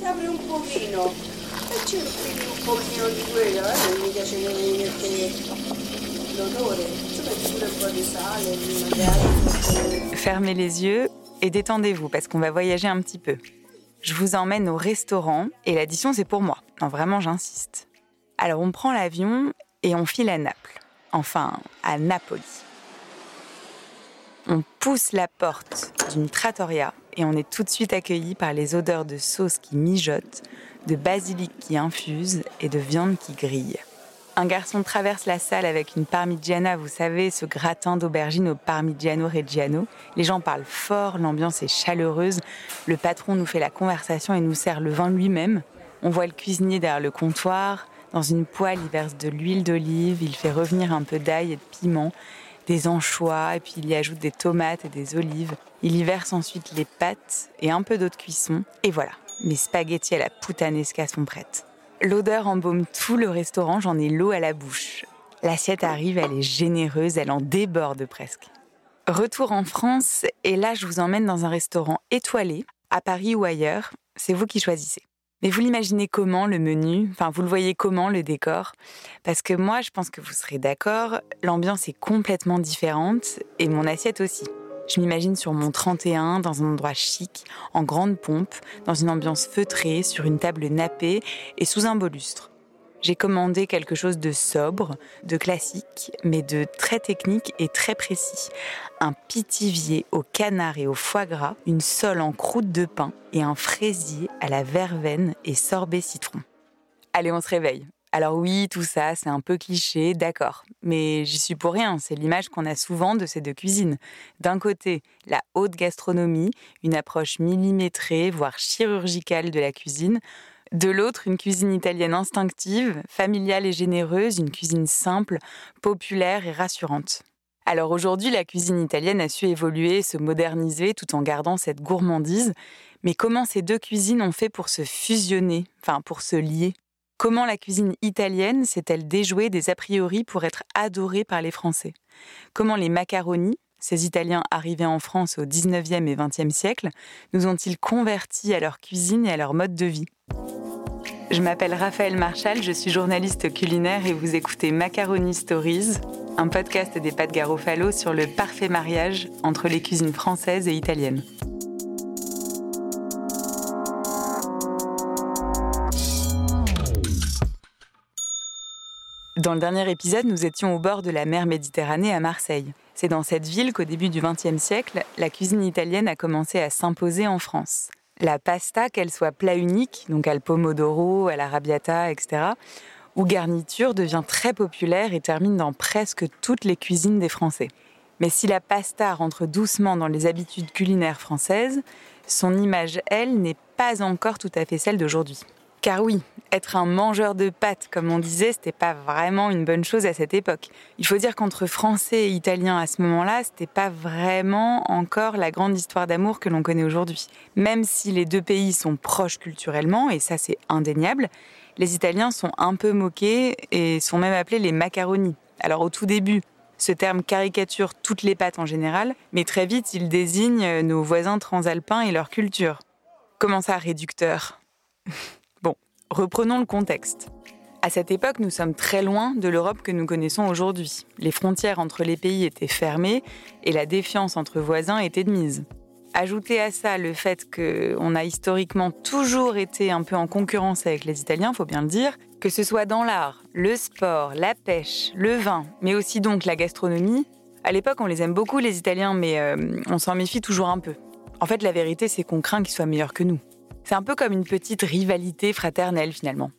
apri un pochino e ci metti un pochino di quello, non mi piace che mi mette l'odore, ci metti pure un po' di sale, magari. Fermez les yeux et détendez-vous parce qu'on va voyager un petit peu. Je vous emmène au restaurant et l'addition c'est pour moi. Non, vraiment j'insiste. Alors on prend l'avion et on file à Naples. Enfin, à Napoli. On pousse la porte d'une trattoria et on est tout de suite accueilli par les odeurs de sauce qui mijotent, de basilic qui infuse et de viande qui grille. Un garçon traverse la salle avec une parmigiana, vous savez, ce gratin d'aubergine au parmigiano reggiano. Les gens parlent fort, l'ambiance est chaleureuse. Le patron nous fait la conversation et nous sert le vin lui-même. On voit le cuisinier derrière le comptoir. Dans une poêle, il verse de l'huile d'olive, il fait revenir un peu d'ail et de piment, des anchois, et puis il y ajoute des tomates et des olives. Il y verse ensuite les pâtes et un peu d'eau de cuisson. Et voilà, mes spaghettis à la puttanesca sont prêtes. L'odeur embaume tout le restaurant, j'en ai l'eau à la bouche. L'assiette arrive, elle est généreuse, elle en déborde presque. Retour en France, et là je vous emmène dans un restaurant étoilé, à Paris ou ailleurs, c'est vous qui choisissez. Mais vous l'imaginez comment le menu ? Enfin, vous le voyez comment le décor ? Parce que moi, je pense que vous serez d'accord, l'ambiance est complètement différente, et mon assiette aussi. Je m'imagine sur mon 31, dans un endroit chic, en grande pompe, dans une ambiance feutrée, sur une table nappée et sous un balustre. J'ai commandé quelque chose de sobre, de classique, mais de très technique et très précis. Un pitivier au canard et au foie gras, une sole en croûte de pain et un fraisier à la verveine et sorbet citron. Allez, on se réveille. Alors oui, tout ça, c'est un peu cliché, d'accord. Mais j'y suis pour rien, c'est l'image qu'on a souvent de ces deux cuisines. D'un côté, la haute gastronomie, une approche millimétrée, voire chirurgicale de la cuisine. De l'autre, une cuisine italienne instinctive, familiale et généreuse, une cuisine simple, populaire et rassurante. Alors aujourd'hui, la cuisine italienne a su évoluer, se moderniser tout en gardant cette gourmandise. Mais comment ces deux cuisines ont fait pour se fusionner, enfin pour se lier ? Comment la cuisine italienne s'est-elle déjouée des a priori pour être adorée par les Français ? Comment les macaronis, ces Italiens arrivés en France au 19e et 20e siècle, nous ont-ils convertis à leur cuisine et à leur mode de vie ? Je m'appelle Raphaël Marchal, je suis journaliste culinaire et vous écoutez Macaroni Stories, un podcast des Pâtes Garofalo sur le parfait mariage entre les cuisines françaises et italiennes. Dans le dernier épisode, nous étions au bord de la mer Méditerranée à Marseille. C'est dans cette ville qu'au début du XXe siècle, la cuisine italienne a commencé à s'imposer en France. La pasta, qu'elle soit plat unique, donc al pomodoro, à l'arrabbiata, etc., ou garniture, devient très populaire et termine dans presque toutes les cuisines des Français. Mais si la pasta rentre doucement dans les habitudes culinaires françaises, son image, elle, n'est pas encore tout à fait celle d'aujourd'hui. Car oui, être un mangeur de pâtes, comme on disait, c'était pas vraiment une bonne chose à cette époque. Il faut dire qu'entre Français et Italiens à ce moment-là, c'était pas vraiment encore la grande histoire d'amour que l'on connaît aujourd'hui. Même si les deux pays sont proches culturellement, et ça c'est indéniable, les Italiens sont un peu moqués et sont même appelés les macaronis. Alors au tout début, ce terme caricature toutes les pâtes en général, mais très vite il désigne nos voisins transalpins et leur culture. Comment ça, réducteur ? Bon, reprenons le contexte. À cette époque, nous sommes très loin de l'Europe que nous connaissons aujourd'hui. Les frontières entre les pays étaient fermées et la défiance entre voisins était de mise. Ajoutez à ça le fait qu'on a historiquement toujours été un peu en concurrence avec les Italiens, faut bien le dire, que ce soit dans l'art, le sport, la pêche, le vin, mais aussi donc la gastronomie. À l'époque, on les aime beaucoup les Italiens, mais on s'en méfie toujours un peu. En fait, la vérité, c'est qu'on craint qu'ils soient meilleurs que nous. C'est un peu comme une petite rivalité fraternelle, finalement.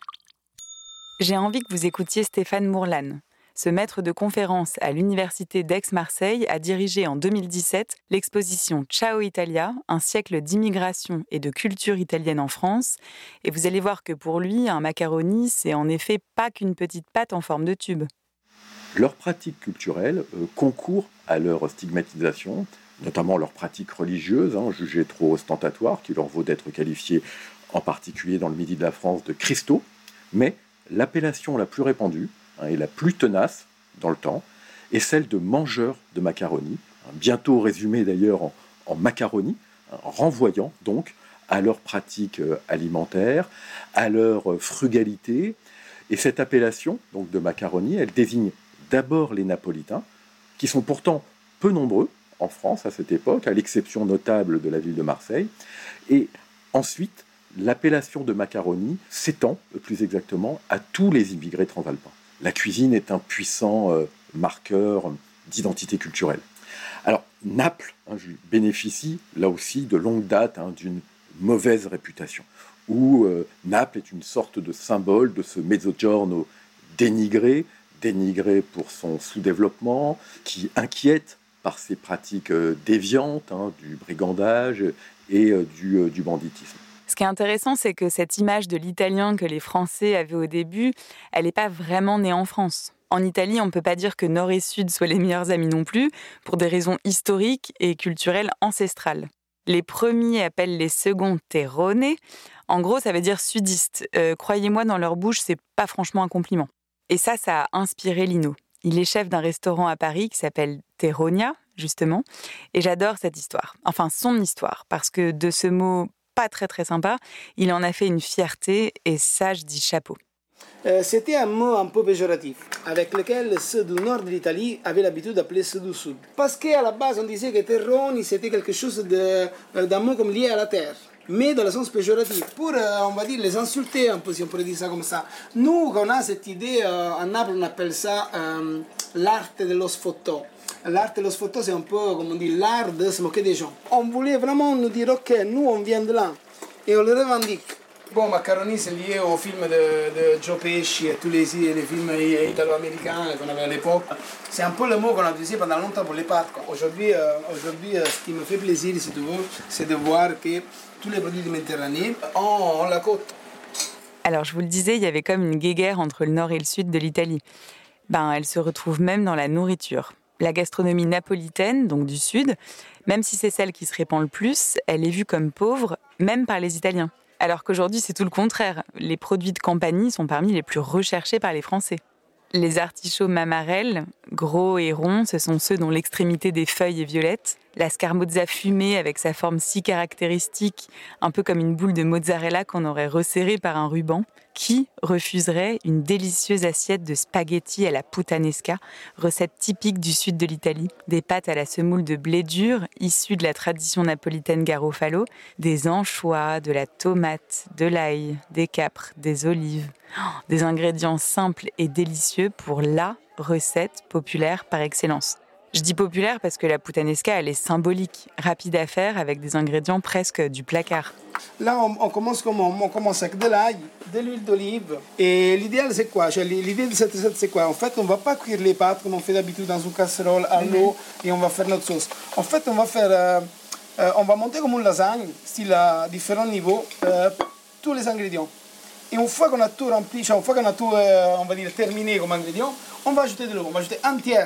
J'ai envie que vous écoutiez Stéphane Mourlane. Ce maître de conférence à l'université d'Aix-Marseille a dirigé en 2017 l'exposition Ciao Italia, un siècle d'immigration et de culture italienne en France. Et vous allez voir que pour lui, un macaroni, c'est en effet pas qu'une petite pâte en forme de tube. Leurs pratiques culturelles concourent à leur stigmatisation, notamment leurs pratiques religieuses, jugées trop ostentatoires, qui leur vaut d'être qualifiées, en particulier dans le midi de la France, de cristaux. Mais l'appellation la plus répandue, et la plus tenace dans le temps, est celle de mangeurs de macaroni, bientôt résumée d'ailleurs en macaroni, renvoyant donc à leurs pratiques alimentaires, à leur frugalité. Et cette appellation donc de macaroni, elle désigne d'abord les Napolitains, qui sont pourtant peu nombreux en France à cette époque, à l'exception notable de la ville de Marseille. Et ensuite, l'appellation de macaroni s'étend, plus exactement, à tous les immigrés transalpins. La cuisine est un puissant marqueur d'identité culturelle. Alors, Naples bénéficie, là aussi, de longue date d'une mauvaise réputation, où Naples est une sorte de symbole de ce mezzogiorno dénigré pour son sous-développement, qui inquiète par ses pratiques déviantes, du brigandage et du banditisme. Ce qui est intéressant, c'est que cette image de l'italien que les Français avaient au début, elle n'est pas vraiment née en France. En Italie, on ne peut pas dire que Nord et Sud soient les meilleurs amis non plus, pour des raisons historiques et culturelles ancestrales. Les premiers appellent les seconds terrone. En gros, ça veut dire sudiste. Croyez-moi, dans leur bouche, c'est pas franchement un compliment. Et ça a inspiré Lino. Il est chef d'un restaurant à Paris qui s'appelle Terronia, justement. Et j'adore cette histoire. Enfin, son histoire. Parce que de ce mot pas très très sympa, il en a fait une fierté. Et ça, je dis chapeau. C'était un mot un peu péjoratif, avec lequel ceux du nord de l'Italie avaient l'habitude d'appeler ceux du sud. Parce qu'à la base, on disait que terroni, c'était quelque chose d'un mot comme lié à la terre, mais dans le sens péjoratif, pour, on va dire, les insulter un peu, si on pourrait dire ça comme ça. Nous, on a cette idée, à Naples, on appelle ça l'arte dello sfottò. L'arte dello sfottò, c'est un peu, comme on dit, l'art de se moquer des gens. On voulait vraiment nous dire, ok, nous, on vient de là, et on le revendique. Bon, macaroni, c'est lié au film de Joe Pesci et tous les films italo-américains qu'on avait à l'époque. C'est un peu le mot qu'on a utilisé pendant longtemps pour les pâtes. Aujourd'hui, ce qui me fait plaisir, si tu veux, c'est de voir que tous les produits de Méditerranée ont la côte. Alors, je vous le disais, il y avait comme une guéguerre entre le nord et le sud de l'Italie. Elle se retrouve même dans la nourriture. La gastronomie napolitaine, donc du sud, même si c'est celle qui se répand le plus, elle est vue comme pauvre, même par les Italiens. Alors qu'aujourd'hui, c'est tout le contraire. Les produits de Campanie sont parmi les plus recherchés par les Français. Les artichauts mamarelles, gros et ronds, ce sont ceux dont l'extrémité des feuilles est violette. La scamozza fumée avec sa forme si caractéristique, un peu comme une boule de mozzarella qu'on aurait resserrée par un ruban. Qui refuserait une délicieuse assiette de spaghettis à la puttanesca, recette typique du sud de l'Italie? Des pâtes à la semoule de blé dur, issues de la tradition napolitaine Garofalo, des anchois, de la tomate, de l'ail, des capres, des olives. Des ingrédients simples et délicieux pour la recette populaire par excellence. Je dis populaire parce que la puttanesca, elle est symbolique, rapide à faire, avec des ingrédients presque du placard. Là, on commence comment? On commence avec de l'ail, de l'huile d'olive. Et l'idéal, c'est quoi? L'idée de cette recette, c'est quoi? En fait, on ne va pas cuire les pâtes comme on fait d'habitude dans une casserole à l'eau et on va faire notre sauce. En fait, on va monter comme une lasagne, style à différents niveaux, tous les ingrédients. Et une fois qu'on a tout rempli, une fois qu'on a tout, on va dire, terminé comme ingrédient, on va ajouter de l'eau, on va ajouter entière.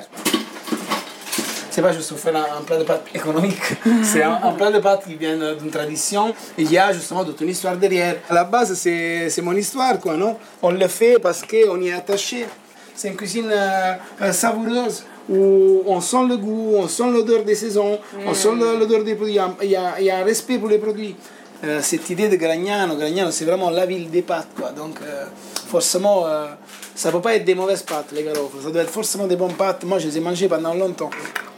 C'est pas juste faire un plat de pâtes économique, c'est un plat de pâtes qui vient d'une tradition. Il y a justement toute une histoire derrière. À la base, c'est mon histoire, quoi, non? On le fait parce qu'on y est attaché. C'est une cuisine savoureuse où on sent le goût, on sent l'odeur des saisons, on sent l'odeur des produits. Il y a un respect pour les produits. Cette idée de Gragnano, c'est vraiment la ville des pâtes, quoi. Donc, forcément, ça ne peut pas être des mauvaises pâtes, les garofles. Ça doit être forcément des bonnes pâtes. Moi, je les ai mangées pendant longtemps.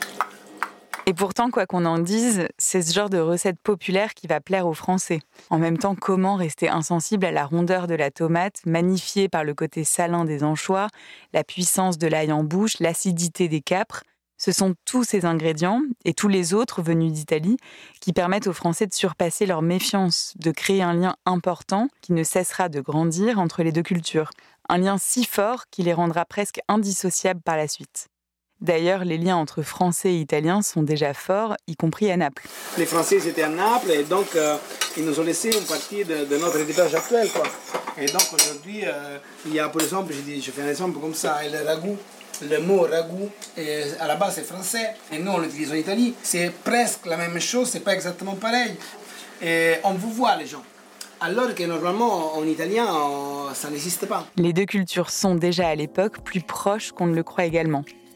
Et pourtant, quoi qu'on en dise, c'est ce genre de recette populaire qui va plaire aux Français. En même temps, comment rester insensible à la rondeur de la tomate, magnifiée par le côté salin des anchois, la puissance de l'ail en bouche, l'acidité des capres? Ce sont tous ces ingrédients, et tous les autres venus d'Italie, qui permettent aux Français de surpasser leur méfiance, de créer un lien important qui ne cessera de grandir entre les deux cultures. Un lien si fort qu'il les rendra presque indissociables par la suite. D'ailleurs, les liens entre Français et Italiens sont déjà forts, y compris à Naples. Les Français étaient à Naples et donc ils nous ont laissé une partie de notre héritage actuel, quoi. Et donc aujourd'hui, il y a par exemple, je fais un exemple comme ça, le ragoût. Le mot ragoût, à la base c'est français, et nous on l'utilise en Italie. C'est presque la même chose, c'est pas exactement pareil. Et on vous voit les gens. Alors que normalement en italien, ça n'existe pas. Les deux cultures sont déjà à l'époque plus proches qu'on ne le croit également.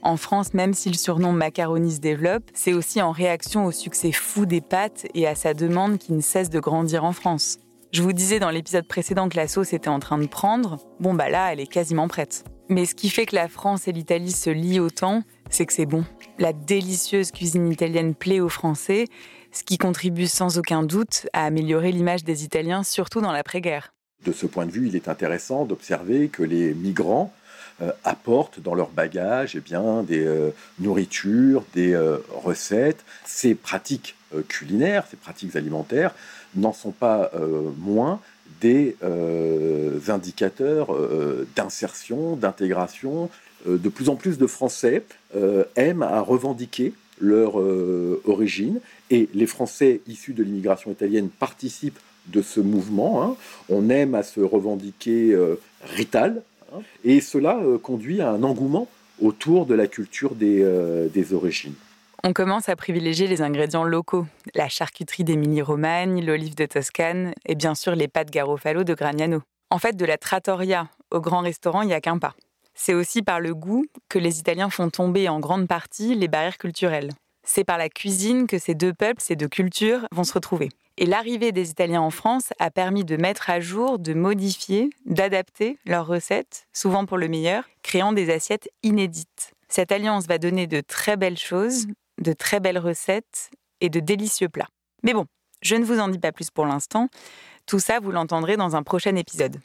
En France, même si le surnom macaroni se développe, c'est aussi en réaction au succès fou des pâtes et à sa demande qui ne cesse de grandir en France. Je vous disais dans l'épisode précédent que la sauce était en train de prendre. Bon bah là, elle est quasiment prête. Mais ce qui fait que la France et l'Italie se lient autant, c'est que c'est bon. La délicieuse cuisine italienne plaît aux Français, ce qui contribue sans aucun doute à améliorer l'image des Italiens, surtout dans l'après-guerre. De ce point de vue, il est intéressant d'observer que les migrants apportent dans leur bagage des nourritures, des recettes. Ces pratiques culinaires, ces pratiques alimentaires n'en sont pas moins des indicateurs d'insertion, d'intégration. De plus en plus de Français aiment à revendiquer leur origine, et les Français issus de l'immigration italienne participent de ce mouvement. On aime à se revendiquer rital, et cela conduit à un engouement autour de la culture des origines. On commence à privilégier les ingrédients locaux, la charcuterie d'Émilie-Romagne, l'olive de Toscane et bien sûr les pâtes Garofalo de Gragnano. En fait, de la trattoria au grand restaurant, il n'y a qu'un pas. C'est aussi par le goût que les Italiens font tomber en grande partie les barrières culturelles. C'est par la cuisine que ces deux peuples, ces deux cultures vont se retrouver. Et l'arrivée des Italiens en France a permis de mettre à jour, de modifier, d'adapter leurs recettes, souvent pour le meilleur, créant des assiettes inédites. Cette alliance va donner de très belles choses, de très belles recettes et de délicieux plats. Mais bon, je ne vous en dis pas plus pour l'instant. Tout ça, vous l'entendrez dans un prochain épisode.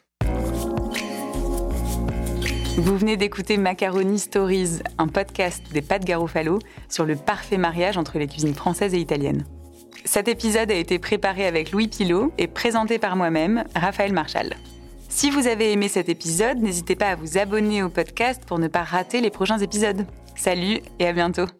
Vous venez d'écouter Macaroni Stories, un podcast des pâtes Garofalo sur le parfait mariage entre les cuisines françaises et italiennes. Cet épisode a été préparé avec Louis Pilot et présenté par moi-même, Raphaël Marchal. Si vous avez aimé cet épisode, n'hésitez pas à vous abonner au podcast pour ne pas rater les prochains épisodes. Salut et à bientôt!